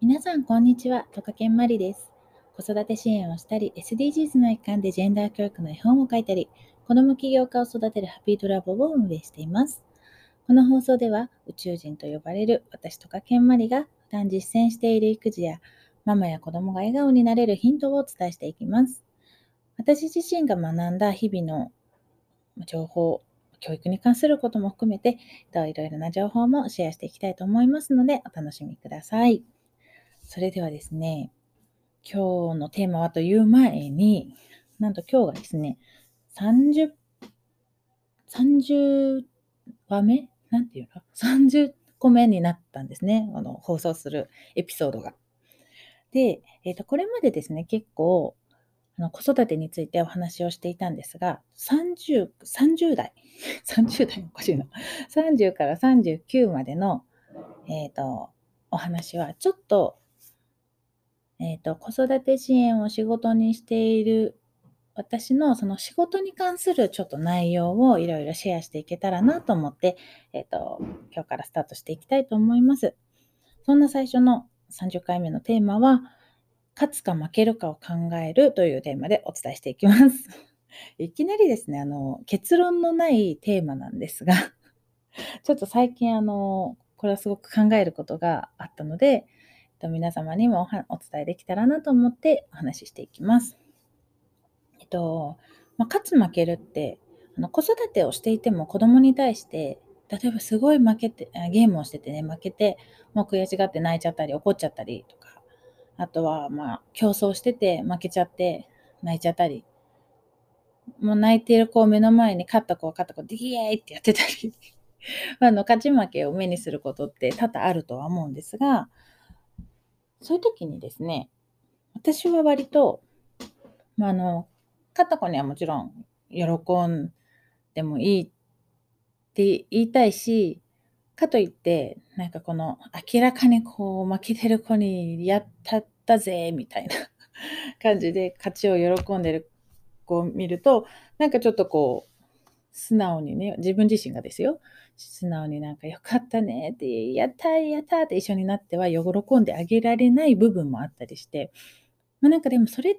皆さん、こんにちは。トカケンマリです。子育て支援をしたり、SDGs の一環でジェンダー教育の絵本を書いたり、子供起業家を育てるハピートラボを運営しています。この放送では、宇宙人と呼ばれる私トカケンマリが普段実践している育児や、ママや子供が笑顔になれるヒントをお伝えしていきます。私自身が学んだ日々の情報、教育に関することも含めて、いろいろな情報もシェアしていきたいと思いますので、お楽しみください。それではですね、今日のテーマはという前に、なんと今日がですね、30、30話目なんていうの ?30 個目になったんですね。放送するエピソードが。で、これまでですね、結構、子育てについてお話をしていたんですが、30代、30代おかしいな。30から39までの、お話は、ちょっと、子育て支援を仕事にしている私のその仕事に関するちょっと内容をいろいろシェアしていけたらなと思って、今日からスタートしていきたいと思います。そんな最初の30回目のテーマは、勝つか負けるかを考えるというテーマでお伝えしていきます。いきなりですね、結論のないテーマなんですが、ちょっと最近これはすごく考えることがあったので、皆様にもお伝えできたらなと思ってお話ししていきます。勝つ負けるって、子育てをしていても子供に対して、例えばすごい負けて、ゲームをしててね、負けて、もう悔しがって泣いちゃったり、怒っちゃったりとか、あとは、競争してて負けちゃって泣いちゃったり、もう泣いている子を目の前に勝った子でイエーイってやってたり、勝ち負けを目にすることって多々あるとは思うんですが、そういう時にですね、私は割と、勝った子にはもちろん喜んでもいいって言いたいし、かといって、なんかこの明らかにこう負けてる子にやったぜみたいな感じで勝ちを喜んでる子を見ると、なんかちょっとこう、素直にね、自分自身がですよ、素直になんかよかったねって、やったやったって一緒になっては喜んであげられない部分もあったりして、なんかでもそれって、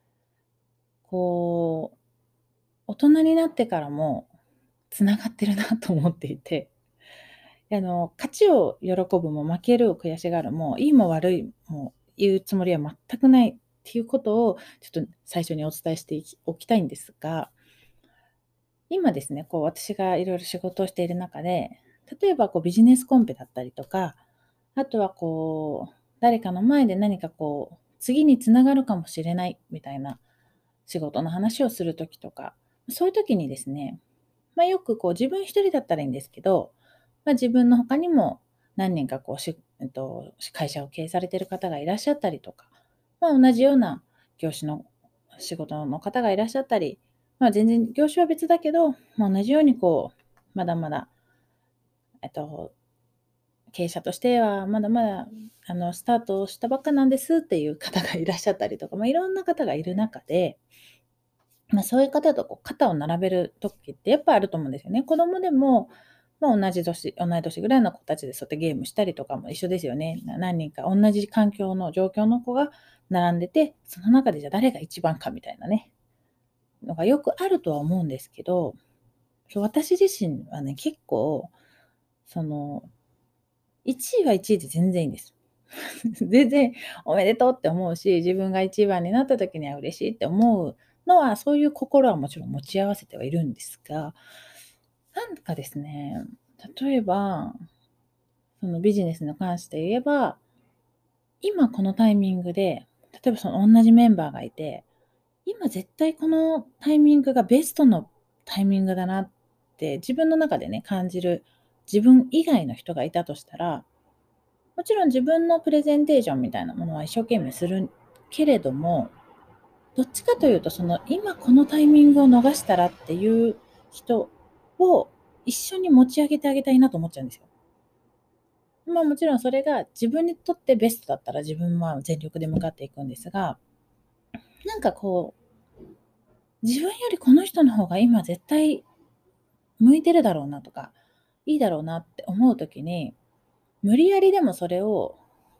こう、大人になってからも繋がってるなと思っていて、勝ちを喜ぶも負けるを悔しがるも、いいも悪いも言うつもりは全くないっていうことを、ちょっと最初にお伝えしておきたいんですが、今ですね、こう私がいろいろ仕事をしている中で、例えばこうビジネスコンペだったりとか、あとはこう、誰かの前で何かこう、次に繋がるかもしれないみたいな仕事の話をする時とか、そういう時にですね、よくこう自分一人だったらいいんですけど、自分の他にも何人かこう会社を経営されている方がいらっしゃったりとか、同じような業種の仕事の方がいらっしゃったり、全然業種は別だけど、同じようにこう、まだまだ、えっと、経営者としてはまだまだスタートしたばっかなんですっていう方がいらっしゃったりとか、いろんな方がいる中で、そういう方とこう肩を並べる時ってやっぱあると思うんですよね。子供でも、同い年ぐらいの子たちでそうやってゲームしたりとかも一緒ですよね。何人か同じ環境の状況の子が並んでて、その中でじゃあ誰が一番かみたいなね、のがよくあるとは思うんですけど、私自身はね、結構、その、1位は1位で全然いいんです。全然おめでとうって思うし、自分が一番になった時には嬉しいって思うのは、そういう心はもちろん持ち合わせてはいるんですが、なんかですね、例えば、そのビジネスに関して言えば、今このタイミングで、例えばその同じメンバーがいて、今絶対このタイミングがベストのタイミングだなって自分の中でね、感じる自分以外の人がいたとしたら、もちろん自分のプレゼンテーションみたいなものは一生懸命するけれども、どっちかというと、その今このタイミングを逃したらっていう人を一緒に持ち上げてあげたいなと思っちゃうんですよ。もちろんそれが自分にとってベストだったら自分は全力で向かっていくんですが、なんかこう、自分よりこの人の方が今絶対向いてるだろうなとか、いいだろうなって思うときに、無理やりでもそれを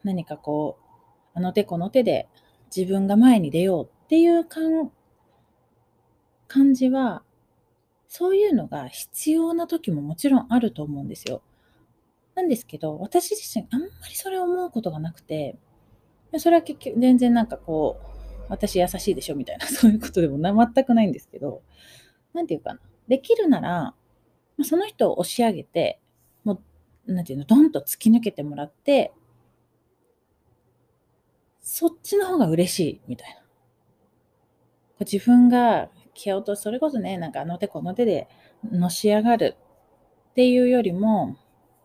何かこう、あの手この手で自分が前に出ようっていう感じは、そういうのが必要な時ももちろんあると思うんですよ。なんですけど、私自身あんまりそれを思うことがなくて、それは結局全然なんかこう、私優しいでしょみたいな、そういうことでも全くないんですけど、なんていうかな、できるなら、その人を押し上げて、もう、なんていうの、ドンと突き抜けてもらって、そっちの方が嬉しいみたいな。自分が蹴落とす、それこそね、なんかあの手この手でのし上がるっていうよりも、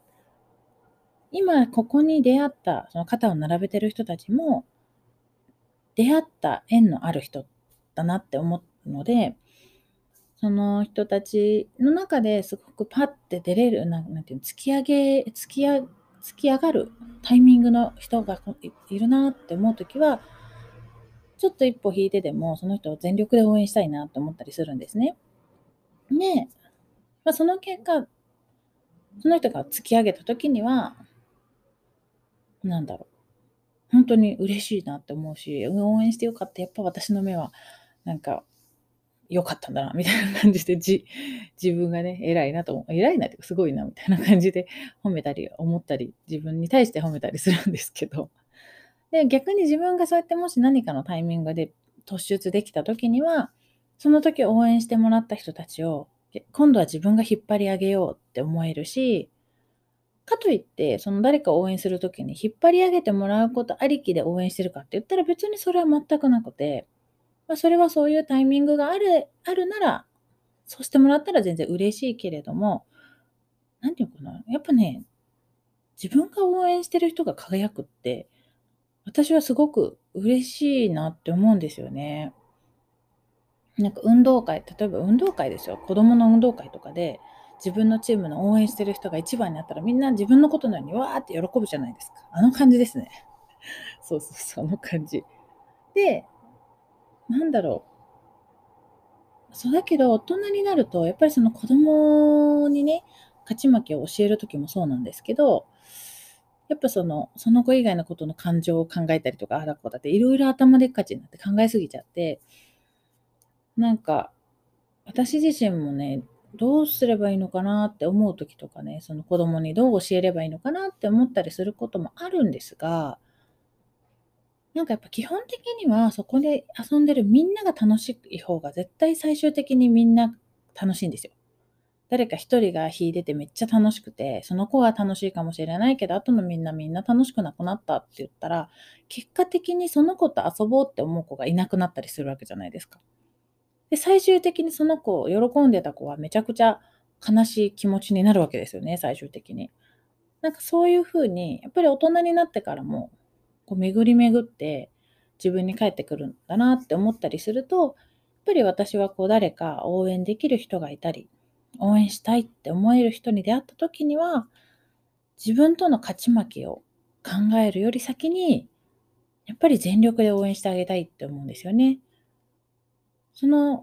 今ここに出会った、その肩を並べてる人たちも、出会った縁のある人だなって思うので、その人たちの中ですごくパッて出れる、なんていうの、突き上がるタイミングの人がいるなって思うときは、ちょっと一歩引いてでも、その人を全力で応援したいなと思ったりするんですね。で、その結果、その人が突き上げた時には、なんだろう、本当に嬉しいなって思うし、応援してよかった、やっぱ私の目はなんか良かったんだなみたいな感じで、自分がね、偉いなと偉いなっていうかすごいなみたいな感じで褒めたり思ったり、自分に対して褒めたりするんですけど。で、逆に自分がそうやってもし何かのタイミングで突出できた時には、その時応援してもらった人たちを、今度は自分が引っ張り上げようって思えるし、かといって、その誰かを応援する時に引っ張り上げてもらうことありきで応援してるかって言ったら別にそれは全くなくて、それはそういうタイミングがあるなら、そうしてもらったら全然嬉しいけれども、なんていうのかな、やっぱね、自分が応援してる人が輝くって、私はすごく嬉しいなって思うんですよね。なんか運動会、例えば運動会ですよ。子供の運動会とかで、自分のチームの応援してる人が一番になったら、みんな自分のことのようにわーって喜ぶじゃないですか。あの感じですね。そうそうそう、あの感じ。で、なんだろう。そうだけど、大人になると、やっぱりその子供にね、勝ち負けを教える時もそうなんですけど、やっぱその子以外のことの感情を考えたりとか、ああだこうだっていろいろ頭でっかちになって考えすぎちゃって、なんか、私自身もね、どうすればいいのかなって思う時とかね、その子供にどう教えればいいのかなって思ったりすることもあるんですが、なんかやっぱ基本的にはそこで遊んでるみんなが楽しい方が絶対最終的にみんな楽しいんですよ。誰か一人が秀でてめっちゃ楽しくて、その子は楽しいかもしれないけど、後のみんな楽しくなくなったって言ったら、結果的にその子と遊ぼうって思う子がいなくなったりするわけじゃないですか。で、最終的にその子、喜んでた子はめちゃくちゃ悲しい気持ちになるわけですよね、最終的に。なんかそういう風に、やっぱり大人になってからも、巡り巡って自分に返ってくるんだなって思ったりすると、やっぱり私は誰か応援できる人がいたり、応援したいって思える人に出会った時には、自分との勝ち負けを考えるより先に、やっぱり全力で応援してあげたいって思うんですよね。その、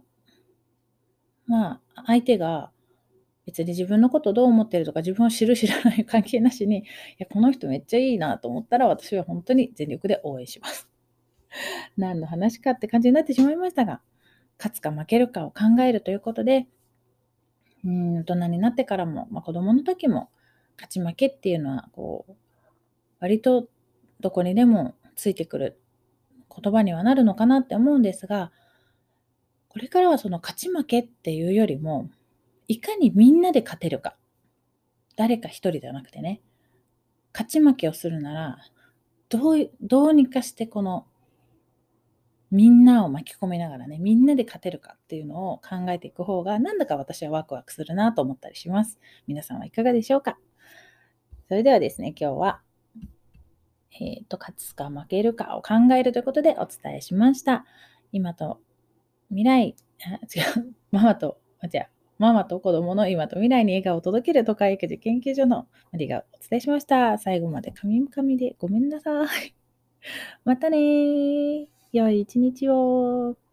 相手が別に自分のことどう思ってるとか、自分を知る知らない関係なしに、いや、この人めっちゃいいなと思ったら、私は本当に全力で応援します。何の話かって感じになってしまいましたが、勝つか負けるかを考えるということで、大人になってからも、子供の時も、勝ち負けっていうのは、割とどこにでもついてくる言葉にはなるのかなって思うんですが、これからはその勝ち負けっていうよりも、いかにみんなで勝てるか。誰か一人じゃなくてね。勝ち負けをするなら、どうにかしてみんなを巻き込みながらね、みんなで勝てるかっていうのを考えていく方が、なんだか私はワクワクするなと思ったりします。皆さんはいかがでしょうか？それではですね、今日は、勝つか負けるかを考えるということでお伝えしました。今と未来、違う、ママと子供の今と未来に笑顔を届ける都会育児研究所のマリがお伝えしました。最後までカミカミでごめんなさい。またねー。良い一日を。